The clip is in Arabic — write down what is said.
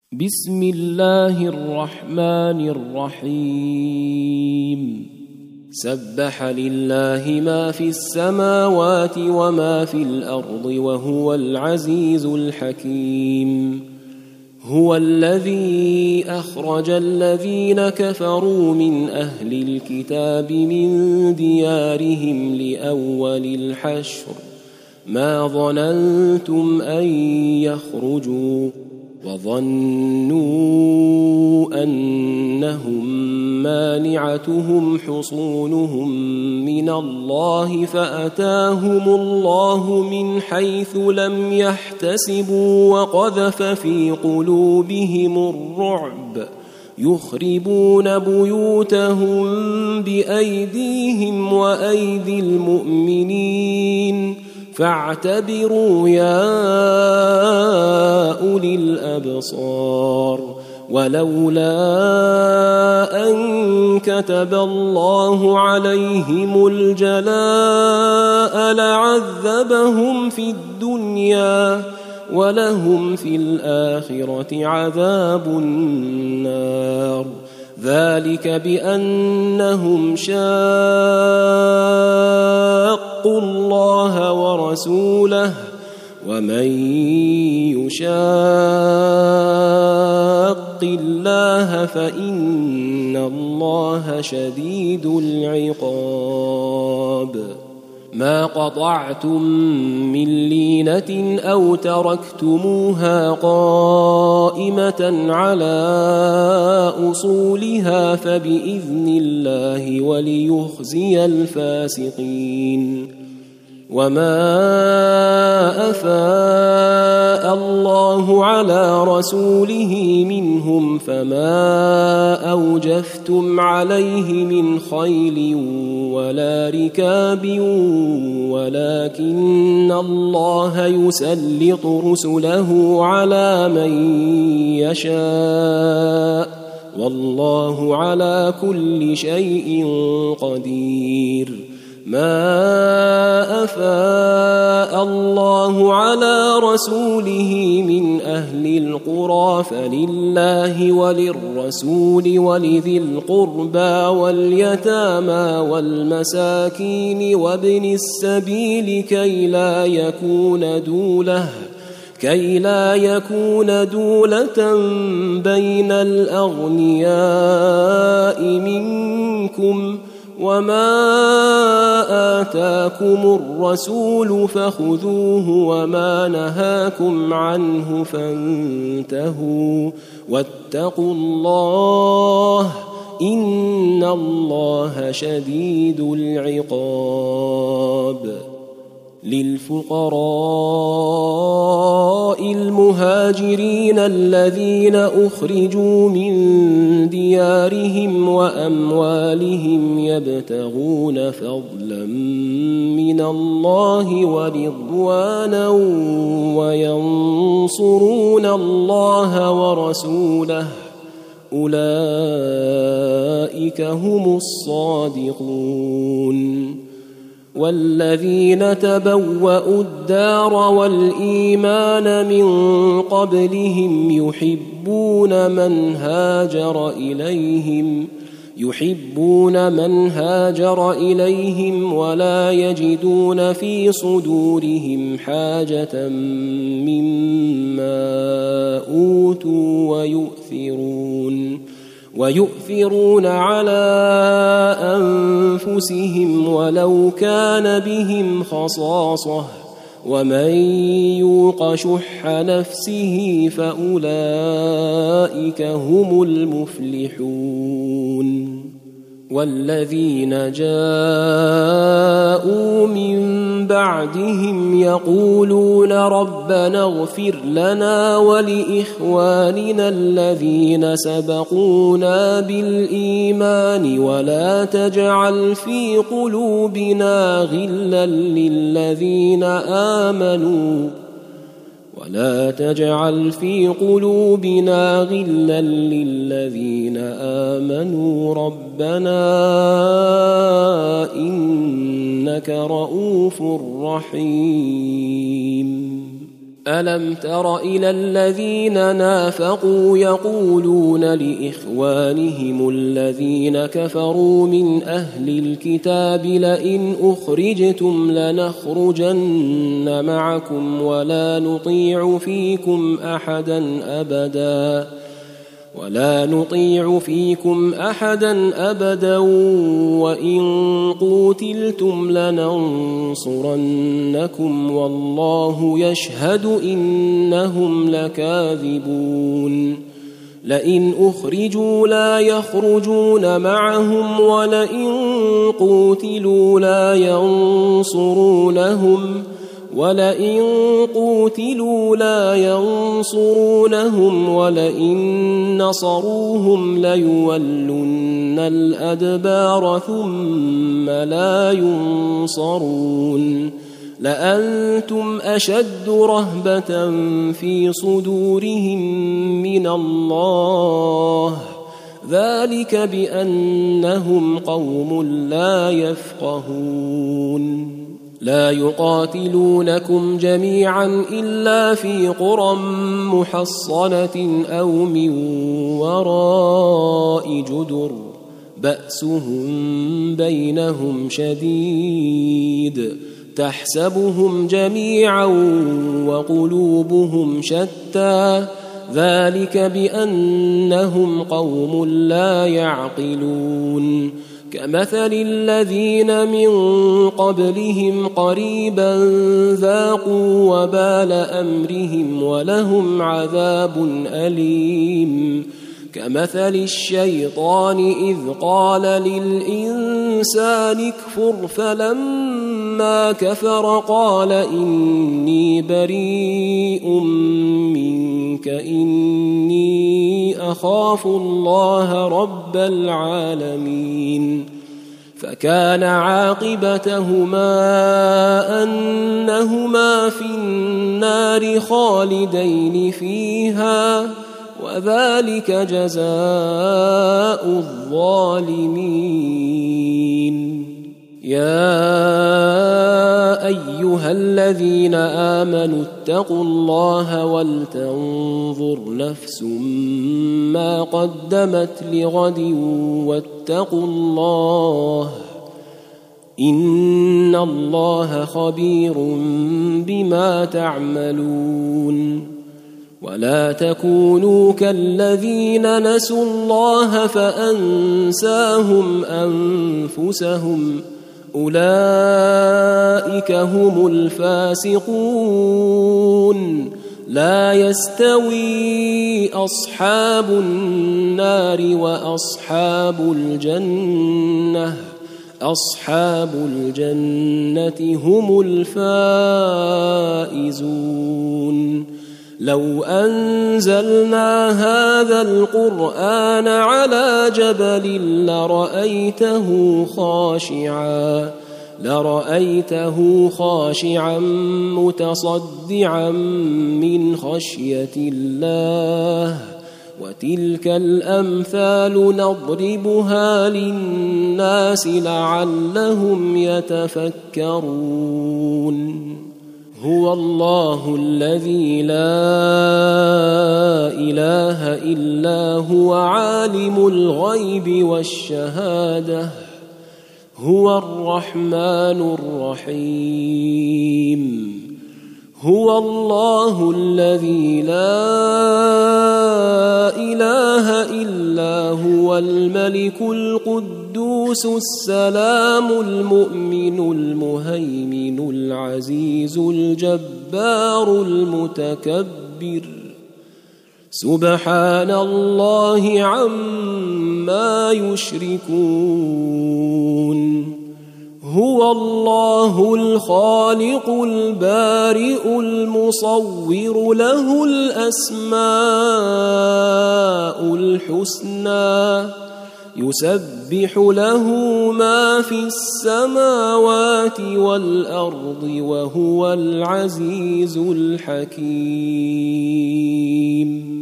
بسم الله الرحمن الرحيم سبح لله ما في السماوات وما في الأرض وهو العزيز الحكيم هو الذي أخرج الذين كفروا من أهل الكتاب من ديارهم لأول الحشر ما ظننتم أن يخرجوا وظنوا أنهم مانعتهم حصونهم من الله فأتاهم الله من حيث لم يحتسبوا وقذف في قلوبهم الرعب يخربون بيوتهم بأيديهم وأيدي المؤمنين فاعتبروا يا أولي الأبصار ولولا أن كتب الله عليهم الجلاء لعذبهم في الدنيا ولهم في الآخرة عذاب النار ذلك بأنهم شاقوا الله ورسوله ومن يشاق الله فإن الله شديد العقاب ما قطعتم من لينة أو تركتموها قائمة على أصولها فبإذن الله وليخزي الفاسقين وما أفاء الله على رسوله منهم فما أوجفتم عليه من خيل ولا ركاب ولكن الله يسلط رسله على من يشاء والله على كل شيء قدير ما أفاء الله على رسوله من أهل القرى فلله وللرسول ولذي القربى واليتامى والمساكين وابن السبيل كي لا يكون دولة بين الأغنياء منكم وما آتاكم الرسول فخذوه وما نهاكم عنه فانتهوا واتقوا الله إن الله شديد العقاب للفقراء المهاجرين الذين أخرجوا من ديارهم وأموالهم يبتغون فضلا من الله ورضوانا وينصرون الله ورسوله أولئك هم الصادقون والذين تبوأوا الدار والإيمان من قبلهم يحبون من هاجر إليهم ولا يجدون في صدورهم حاجة مما أوتوا ويؤثرون على أنفسهم ولو كان بهم خصاصة ومن يوق شح نفسه فأولئك هم المفلحون والذين جاءوا من بعدهم يقولون ربنا اغفر لنا ولإخواننا الذين سبقونا بالإيمان ولا تجعل في قلوبنا غلا للذين آمنوا ربنا إنك رؤوف رحيم ألم تر إلى الذين نافقوا يقولون لإخوانهم الذين كفروا من أهل الكتاب لئن أخرجتم لنخرجن معكم ولا نطيع فيكم أحدا أبدا وإن قوتلتم لننصرنكم والله يشهد إنهم لكاذبون لئن أخرجوا لا يخرجون معهم ولئن قوتلوا لا ينصرونهم ولئن نصروهم ليولن الأدبار ثم لا ينصرون لأنتم أشد رهبة في صدورهم من الله ذلك بأنهم قوم لا يفقهون لا يقاتلونكم جميعا إلا في قرى محصنة أو من وراء جدر بأسهم بينهم شديد تحسبهم جميعا وقلوبهم شتى ذلك بأنهم قوم لا يعقلون كمثل الذين من قبلهم قريبا ذاقوا وبال أمرهم ولهم عذاب أليم كمثل الشيطان إذ قال للإنسان اكفر فلما كفر قال إني بريء منك إني أخاف الله رب العالمين فكان عاقبتهما أنهما في النار خالدين فيها وذلك جزاء الظالمين يا أيها الذين آمنوا اتقوا الله ولتنظر نفس ما قدمت لغد واتقوا الله إن الله خبير بما تعملون ولا تكونوا كالذين نسوا الله فأنساهم أنفسهم أولئك هم الفاسقون لا يستوي أصحاب النار وأصحاب الجنة هم الفائزون لو أنزلنا هذا القرآن على جبل لرأيته خاشعا متصدعا من خشية الله وتلك الأمثال نضربها للناس لعلهم يتفكرون هو الله الذي لا إله إلا هو عالم الغيب والشهادة هو الرحمن الرحيم هو الله الذي لا إله إلا هو الملك القدوس السلام المؤمن المهيمن العزيز الجبار المتكبر سبحان الله عما يشركون هو الله الخالق البارئ المصور له الأسماء الحسنى يسبح له ما في السماوات والأرض وهو العزيز الحكيم